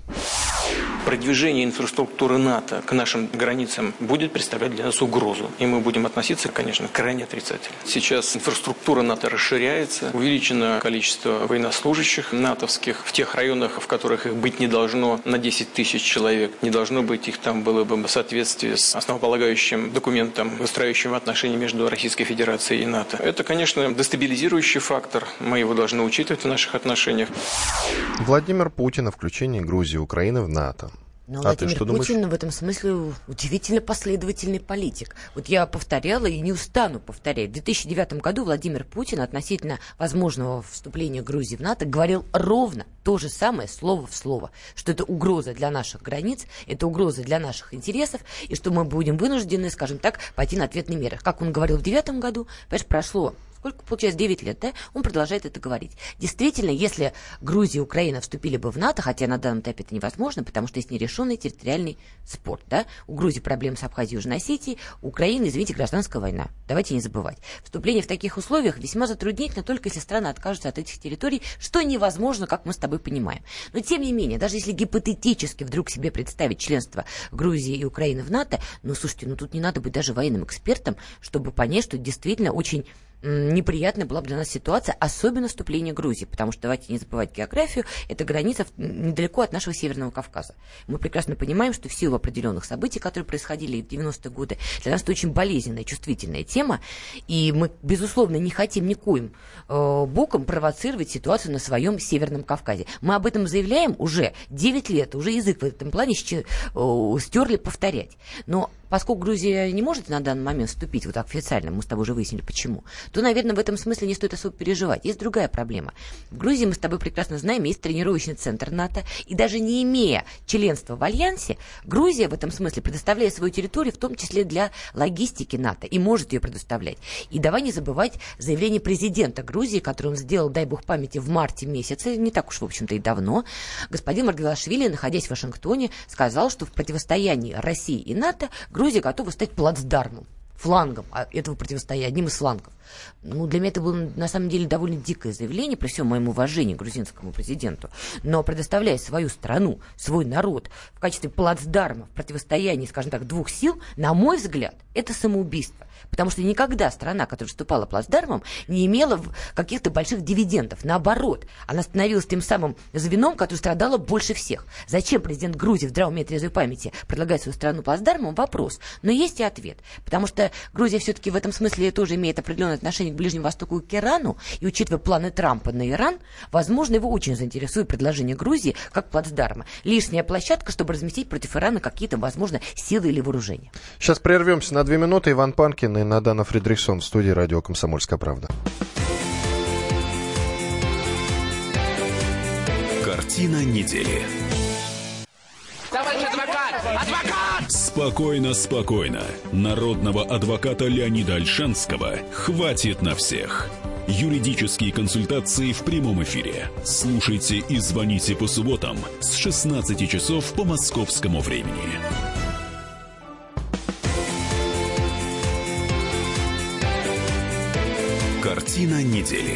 Продвижение инфраструктуры НАТО к нашим границам будет представлять для нас угрозу. И мы будем относиться, конечно, крайне отрицательно. Сейчас инфраструктура НАТО расширяется, увеличено количество военнослужащих натовских в тех районах, в которых их быть не должно, на десять тысяч человек. Не должно быть их там было бы в соответствии с основополагающим документом, выстраивающим отношения между Российской Федерацией и НАТО. Это, конечно, дестабилизирующий фактор. Мы его должны учитывать в наших отношениях. Владимир Путин о включении Грузии и Украины в НАТО. Но а Владимир ты что Путин думаешь? в этом смысле удивительно последовательный политик. Вот я повторяла и не устану повторять. В две тысячи девятом году Владимир Путин относительно возможного вступления Грузии в НАТО говорил ровно то же самое, слово в слово, что это угроза для наших границ, это угроза для наших интересов, и что мы будем вынуждены, скажем так, пойти на ответные меры. Как он говорил в девятом году, понимаешь, прошло... Сколько, получается, девять лет, да? Он продолжает это говорить. Действительно, если Грузия и Украина вступили бы в НАТО, хотя на данном этапе это невозможно, потому что есть нерешенный территориальный спор, да? У Грузии проблемы с Абхазией и Южной Осетией, у Украины, извините, гражданская война. Давайте не забывать. Вступление в таких условиях весьма затруднительно, только если страны откажутся от этих территорий, что невозможно, как мы с тобой понимаем. Но, тем не менее, даже если гипотетически вдруг себе представить членство Грузии и Украины в НАТО, ну, слушайте, ну, тут не надо быть даже военным экспертом, чтобы понять, что действительно очень... неприятная была бы для нас ситуация, особенно вступление Грузии, потому что, давайте не забывать географию, это граница недалеко от нашего Северного Кавказа. Мы прекрасно понимаем, что в силу определенных событий, которые происходили в девяностые годы, для нас это очень болезненная, чувствительная тема, и мы, безусловно, не хотим никоим э, боком провоцировать ситуацию на своем Северном Кавказе. Мы об этом заявляем уже девять лет, уже язык в этом плане э, стерли повторять. Но поскольку Грузия не может на данный момент вступить вот так официально, мы с тобой уже выяснили, почему, то, наверное, в этом смысле не стоит особо переживать. Есть другая проблема. В Грузии, мы с тобой прекрасно знаем, есть тренировочный центр НАТО, и даже не имея членства в Альянсе, Грузия в этом смысле предоставляет свою территорию, в том числе для логистики НАТО, и может ее предоставлять. И давай не забывать заявление президента Грузии, которое он сделал, дай бог памяти, в марте месяце, не так уж, в общем-то, и давно. Господин Маргвелашвили, находясь в Вашингтоне, сказал, что в противостоянии России и НАТО Грузия готова стать плацдармом. флангом этого противостояния, одним из флангов. Ну, для меня это было, на самом деле, довольно дикое заявление, при всем моем уважении к грузинскому президенту. Но предоставляя свою страну, свой народ в качестве плацдарма в противостоянии, скажем так, двух сил, на мой взгляд, это самоубийство. Потому что никогда страна, которая выступала плацдармом, не имела каких-то больших дивидендов. Наоборот, она становилась тем самым звеном, которое страдало больше всех. Зачем президент Грузии в здравом уме и трезвой памяти предлагает свою страну плацдармом? Вопрос. Но есть и ответ. Потому что Грузия все-таки в этом смысле тоже имеет определенное отношение к Ближнему Востоку и к Ирану. И учитывая планы Трампа на Иран, возможно, его очень заинтересует предложение Грузии как плацдарма. Лишняя площадка, чтобы разместить против Ирана какие-то, возможно, силы или вооружения. Сейчас прервемся на две минуты. Иван Панкин и Надана Фридрихсон в студии радио «Комсомольская правда». Картина недели. Товарищ адвокат! Адвокат! Спокойно, спокойно. Народного адвоката Леонида Ольшанского хватит на всех. Юридические консультации в прямом эфире. Слушайте и звоните по субботам с шестнадцати часов по московскому времени. Картина недели.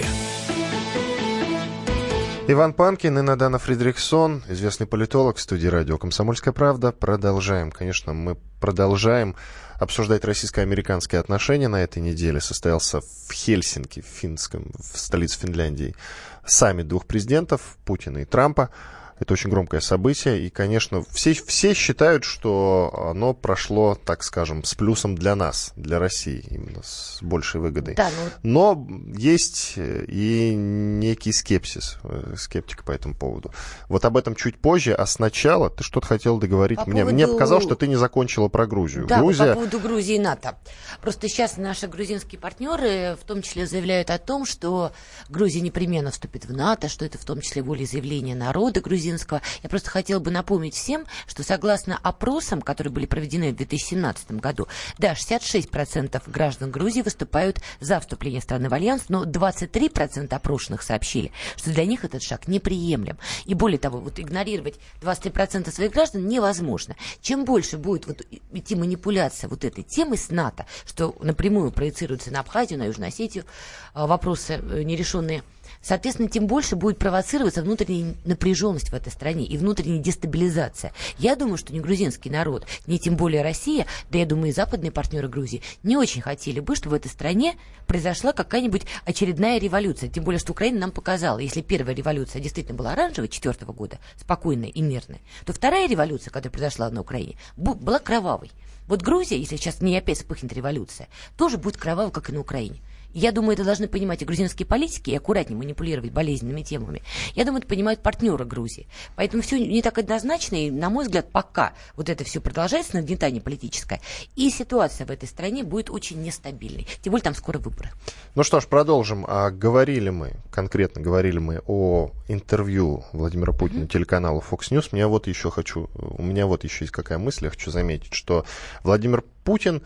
Иван Панкин и Надана Фридрихсон, известный политолог, в студии радио «Комсомольская правда». Продолжаем, конечно, мы продолжаем обсуждать российско-американские отношения. На этой неделе состоялся в Хельсинки, в финском, в столице Финляндии, саммит двух президентов, Путина и Трампа. Это очень громкое событие, и, конечно, все, все считают, что оно прошло, так скажем, с плюсом для нас, для России, именно с большей выгодой. Да, ну... Но есть и некий скепсис, скептика по этому поводу. Вот об этом чуть позже, а сначала ты что-то хотел договорить. По мне, поводу... мне показалось, что ты не закончила про Грузию. Да, Грузия... по поводу Грузии и НАТО. Просто сейчас наши грузинские партнеры в том числе заявляют о том, что Грузия непременно вступит в НАТО, что это в том числе волеизъявление народа грузинского. Я просто хотела бы напомнить всем, что согласно опросам, которые были проведены в две тысячи семнадцатом году, да, шестьдесят шесть процентов граждан Грузии выступают за вступление страны в альянс, но двадцать три процента опрошенных сообщили, что для них этот шаг неприемлем. И более того, вот игнорировать двадцать три процента своих граждан невозможно. Чем больше будет вот идти манипуляция вот этой темы с НАТО, что напрямую проецируется на Абхазию, на Южную Осетию, вопросы нерешенные, соответственно, тем больше будет провоцироваться внутренняя напряженность в этой стране и внутренняя дестабилизация. Я думаю, что ни грузинский народ, ни тем более Россия, да я думаю и западные партнеры Грузии, не очень хотели бы, чтобы в этой стране произошла какая-нибудь очередная революция. Тем более, что Украина нам показала, если первая революция действительно была оранжевой, четвертого года, спокойная и мирная, то вторая революция, которая произошла на Украине, была кровавой. Вот Грузия, если сейчас не опять вспыхнет революция, тоже будет кровавой, как и на Украине. Я думаю, это должны понимать и грузинские политики, и аккуратнее манипулировать болезненными темами. Я думаю, это понимают партнеры Грузии. Поэтому все не так однозначно, и, на мой взгляд, пока вот это все продолжается, нагнетание политическое, и ситуация в этой стране будет очень нестабильной. Тем более там скоро выборы. Ну что ж, продолжим. А говорили мы, конкретно говорили мы о интервью Владимира Путина mm-hmm. телеканалу Fox News. Меня вот еще хочу, у меня вот еще есть какая мысль, я хочу заметить, что Владимир Путин,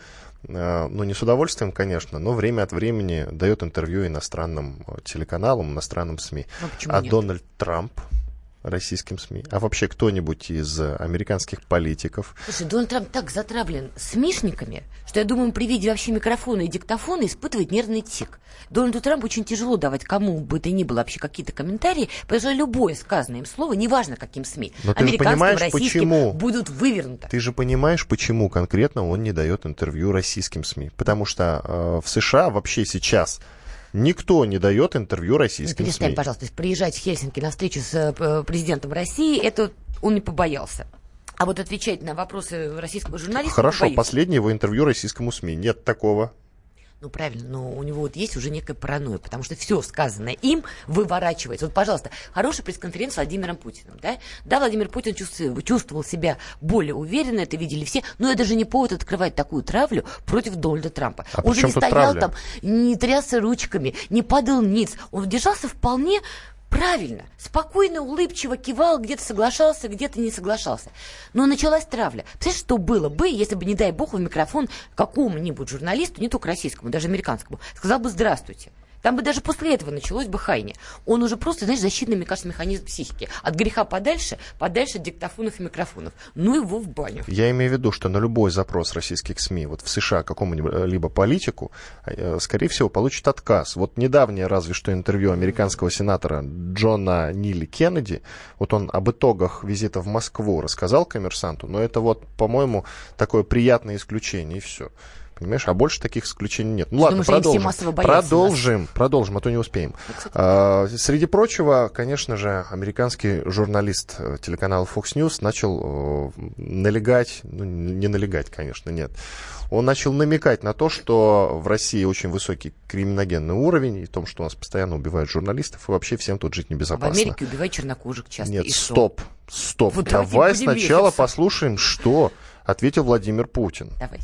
ну, не с удовольствием, конечно, но время от времени дает интервью иностранным телеканалам, иностранным СМИ. Ну, а нет? Дональд Трамп российским СМИ, а вообще кто-нибудь из американских политиков. Слушай, Дональд Трамп так затравлен СМИшниками, что, я думаю, при виде вообще микрофона и диктофона испытывает нервный тик. Дональду Трампу очень тяжело давать кому бы то ни было вообще какие-то комментарии, потому что любое сказанное им слово, неважно каким СМИ, американским, российским, почему? Будут вывернуты. Ты же понимаешь, почему конкретно он не дает интервью российским СМИ? Потому что э, в США вообще сейчас никто не дает интервью российским Перестань, СМИ. Пожалуйста, то есть приезжать в Хельсинки на встречу с э, президентом России, это он не побоялся. А вот отвечать на вопросы российского журналиста... Хорошо, последнее его интервью российскому СМИ. Нет такого. Ну, правильно, но у него вот есть уже некая паранойя, потому что все сказанное им выворачивается. Вот, пожалуйста, хорошая пресс-конференция с Владимиром Путиным, да? Да, Владимир Путин чувствовал, чувствовал себя более уверенно, это видели все, но это же не повод открывать такую травлю против Дональда Трампа. А он же не стоял травля? Там, не трясся ручками, не падал ниц. Он держался вполне... Правильно, спокойно, улыбчиво кивал, где-то соглашался, где-то не соглашался. Но началась травля. Представляешь, что было бы, если бы, не дай бог, в микрофон какому-нибудь журналисту, не только российскому, даже американскому, сказал бы «здравствуйте». Там бы даже после этого началось бы хайне. Он уже просто, знаешь, защитный, мне кажется, механизм психики. От греха подальше, подальше от диктофонов и микрофонов. Ну его в баню. Я имею в виду, что на любой запрос российских СМИ вот в США какому-либо политику, скорее всего, получит отказ. Вот недавнее разве что интервью американского сенатора Джона Нилли Кеннеди, вот он об итогах визита в Москву рассказал «Коммерсанту», но это вот, по-моему, такое приятное исключение, и все. Понимаешь, а больше таких исключений нет. Ну Ты ладно, думаешь, продолжим. Продолжим, продолжим, а то не успеем. А, среди прочего, конечно же, американский журналист телеканала Fox News начал э, налегать, ну не налегать, конечно, нет. Он начал намекать на то, что в России очень высокий криминогенный уровень, и в том, что у нас постоянно убивают журналистов, и вообще всем тут жить небезопасно. А в Америке убивают чернокожих часто. Нет, и стоп, стоп. Вот давай сначала месяца. послушаем, что ответил Владимир Путин. Давайте.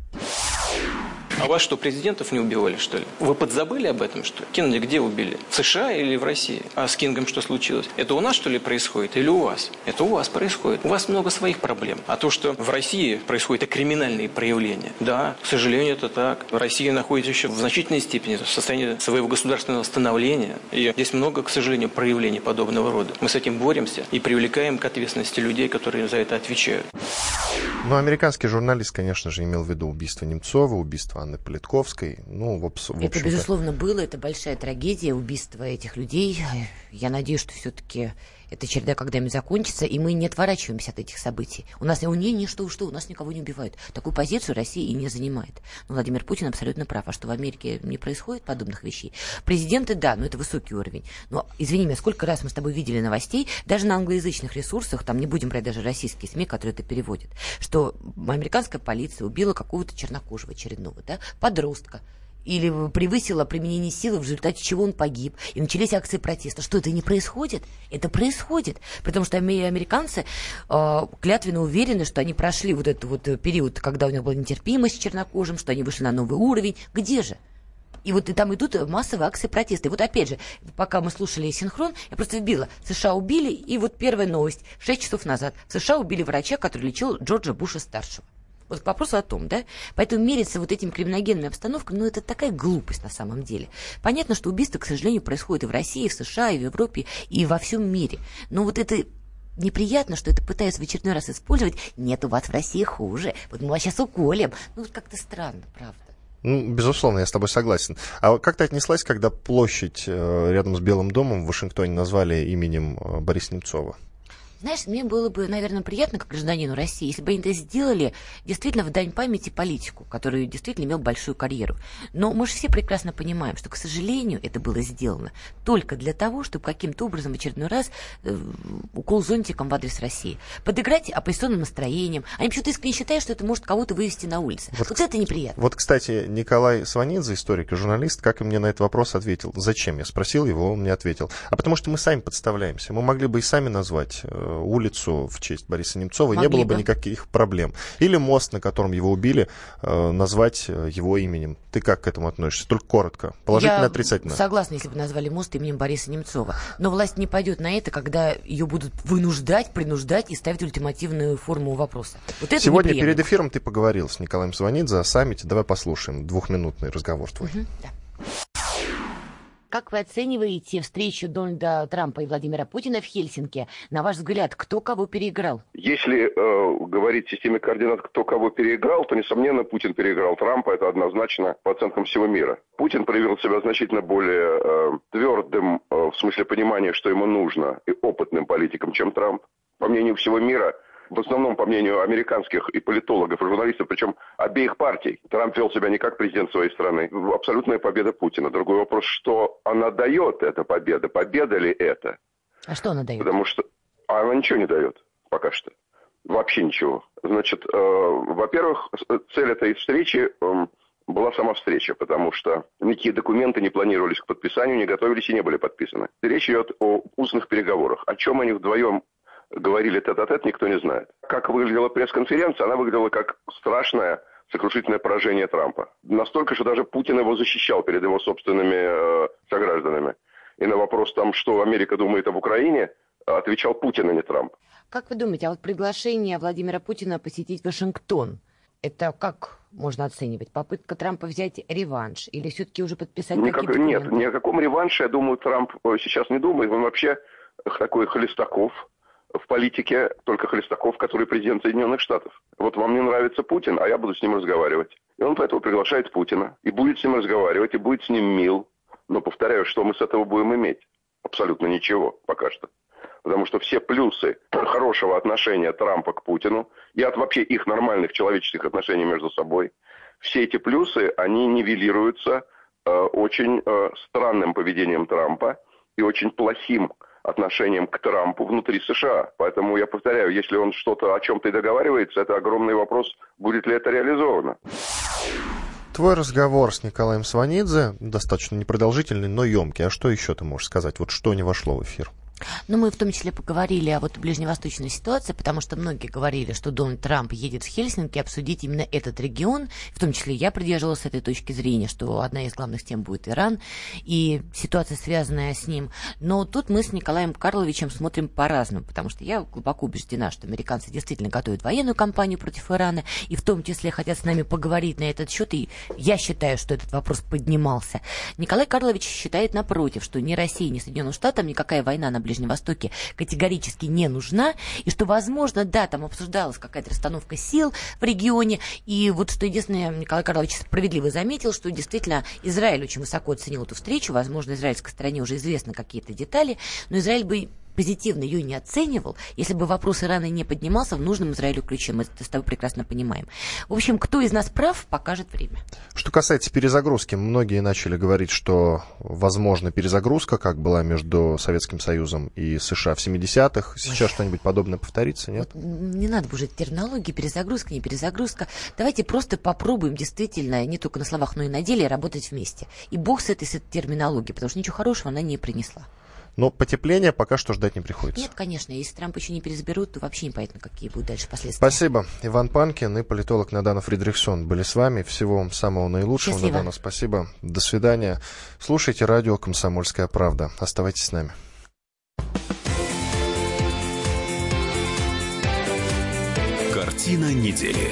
А вас что, президентов не убивали, что ли? Вы подзабыли об этом, что ли? Кеннеди где убили? В США или в России? А с Кингом что случилось? Это у нас, что ли, происходит? Или у вас? Это у вас происходит. У вас много своих проблем. А то, что в России происходят это криминальные проявления, да, к сожалению, это так. Россия находится еще в значительной степени в состоянии своего государственного становления. И здесь много, к сожалению, проявлений подобного рода. Мы с этим боремся и привлекаем к ответственности людей, которые за это отвечают. Ну, американский журналист, конечно же, имел в виду убийство Немцова, убийство Анны Политковской. Ну, в, в это, безусловно, было. Это большая трагедия, убийство этих людей. Я надеюсь, что все-таки эта череда когда-нибудь закончится, и мы не отворачиваемся от этих событий. У нас у нее не что, что, у нас никого не убивают. Такую позицию Россия и не занимает. Но Владимир Путин абсолютно прав. А что в Америке не происходит подобных вещей? Президенты, да, но это высокий уровень. Но, извини меня, сколько раз мы с тобой видели новостей, даже на англоязычных ресурсах, там не будем брать даже российские СМИ, которые это переводят, что американская полиция убила какого-то чернокожего очередного, да, подростка. Или превысила применение силы, в результате чего он погиб. И начались акции протеста. Что, это не происходит? Это происходит. Потому что американцы э, клятвенно уверены, что они прошли вот этот вот период, когда у них была нетерпимость с чернокожим, что они вышли на новый уровень. Где же? И вот и там идут массовые акции протеста. И вот опять же, пока мы слушали синхрон, я просто вбила. США убили, и вот первая новость. Шесть часов назад. В США убили врача, который лечил Джорджа Буша-старшего. Вот к вопросу о том, да? Поэтому мериться вот этим криминогенной обстановкой, ну, это такая глупость на самом деле. Понятно, что убийства, к сожалению, происходят и в России, и в США, и в Европе, и во всем мире. Но вот это неприятно, что это пытаются в очередной раз использовать. Нет, у вас в России хуже. Вот мы вас сейчас уколем. Ну, вот как-то странно, правда. Ну, безусловно, я с тобой согласен. А как ты отнеслась, когда площадь э, рядом с Белым домом в Вашингтоне назвали именем э, Бориса Немцова? Знаешь, мне было бы, наверное, приятно, как гражданину России, если бы они это сделали действительно в дань памяти политику, который действительно имел большую карьеру. Но мы же все прекрасно понимаем, что, к сожалению, это было сделано только для того, чтобы каким-то образом в очередной раз э, укол зонтиком в адрес России. Подыграть оппозиционным настроением. Они почему-то искренне считают, что это может кого-то вывести на улицы. Вот, вот это неприятно. Вот, кстати, Николай Сванидзе, историк и журналист, как и мне на этот вопрос ответил. Зачем? Я спросил его, он мне ответил. А потому что мы сами подставляемся. Мы могли бы и сами назвать улицу в честь Бориса Немцова, могли не было бы никаких проблем. Или мост, на котором его убили, э, назвать его именем. Ты как к этому относишься? Только коротко. Положительно, Я отрицательно. Согласна, если бы назвали мост именем Бориса Немцова. Но власть не пойдет на это, когда ее будут вынуждать, принуждать и ставить ультимативную форму вопроса. Вот это Сегодня неприемлемо. Перед эфиром ты поговорил с Николаем Сванидзе о саммите. Давай послушаем двухминутный разговор твой. Угу, да. Как вы оцениваете встречу Дональда Трампа и Владимира Путина в Хельсинки? На ваш взгляд, кто кого переиграл? Если э, говорить в системе координат, кто кого переиграл, то, несомненно, Путин переиграл Трампа. Это однозначно по оценкам всего мира. Путин проявил себя значительно более э, твердым э, в смысле понимания, что ему нужно, и опытным политиком, чем Трамп. По мнению всего мира, в основном, по мнению американских и политологов, и журналистов, причем обеих партий, Трамп вел себя не как президент своей страны. Абсолютная победа Путина. Другой вопрос, что она дает, эта победа. Победа ли это? А что она дает? Потому что она ничего не дает пока что. Вообще ничего. Значит, э, во-первых, цель этой встречи э, была сама встреча, потому что никакие документы не планировались к подписанию, не готовились и не были подписаны. Речь идет о устных переговорах. О чем они вдвоем говорили тет-а-тет, никто не знает. Как выглядела пресс-конференция? Она выглядела как страшное, сокрушительное поражение Трампа. Настолько, что даже Путин его защищал перед его собственными э, согражданами. И на вопрос, там, что Америка думает об Украине, отвечал Путин, а не Трамп. Как вы думаете, а вот приглашение Владимира Путина посетить Вашингтон, это как можно оценивать? Попытка Трампа взять реванш или все-таки уже подписать Никак, какие-то Нет, документы? ни о каком реванше, я думаю, Трамп сейчас не думает. Он вообще такой Хлестаков в политике, только Хлестаков, который президент Соединенных Штатов. Вот вам не нравится Путин, а я буду с ним разговаривать. И он поэтому приглашает Путина. И будет с ним разговаривать, и будет с ним мил. Но, повторяю, что мы с этого будем иметь? Абсолютно ничего пока что. Потому что все плюсы хорошего отношения Трампа к Путину и от вообще их нормальных человеческих отношений между собой, все эти плюсы, они нивелируются э, очень э, странным поведением Трампа и очень плохим отношением к Трампу внутри США. Поэтому я повторяю, если он что-то о чем-то и договаривается, это огромный вопрос, будет ли это реализовано. Твой разговор с Николаем Сванидзе достаточно непродолжительный, но емкий. А что еще ты можешь сказать? Вот что не вошло в эфир? Ну, мы в том числе поговорили о вот ближневосточной ситуации, потому что многие говорили, что Дональд Трамп едет в Хельсинки обсудить именно этот регион. В том числе я придерживалась этой точки зрения, что одна из главных тем будет Иран и ситуация, связанная с ним. Но тут мы с Николаем Карловичем смотрим по-разному, потому что я глубоко убеждена, что американцы действительно готовят военную кампанию против Ирана, и в том числе хотят с нами поговорить на этот счет, и я считаю, что этот вопрос поднимался. Николай Карлович считает, напротив, что ни России, ни Соединенным Штатам никакая война на Ближнем Востоке категорически не нужна, и что, возможно, да, там обсуждалась какая-то расстановка сил в регионе, и вот что единственное, Николай Карлович справедливо заметил, что действительно Израиль очень высоко оценил эту встречу, возможно, израильской стороне уже известны какие-то детали, но Израиль бы позитивно ее не оценивал, если бы вопрос Ирана не поднимался в нужном Израилю ключе. Мы это с тобой прекрасно понимаем. В общем, кто из нас прав, покажет время. Что касается перезагрузки, многие начали говорить, что возможна перезагрузка, как была между Советским Союзом и США в семидесятых. Сейчас Ой. что-нибудь подобное повторится, нет? Вот не надо уже терминологии, перезагрузка, не перезагрузка. Давайте просто попробуем действительно, не только на словах, но и на деле, работать вместе. И бог с этой, с этой терминологией, потому что ничего хорошего она не принесла. Но потепления пока что ждать не приходится. Нет, конечно. Если Трамп еще не переизберут, то вообще непонятно, какие будут дальше последствия. Спасибо. Иван Панкин и политолог Надана Фридрихсон были с вами. Всего вам самого наилучшего. Счастливо. Надана, спасибо. До свидания. Слушайте радио «Комсомольская правда». Оставайтесь с нами. Картина недели.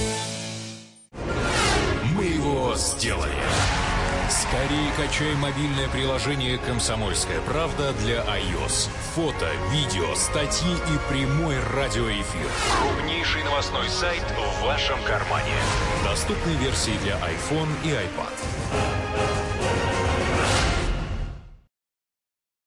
Мы его сделали. Скорее качай мобильное приложение «Комсомольская правда» для iOS. Фото, видео, статьи и прямой радиоэфир. Крупнейший новостной сайт в вашем кармане. Доступны версии для iPhone и iPad.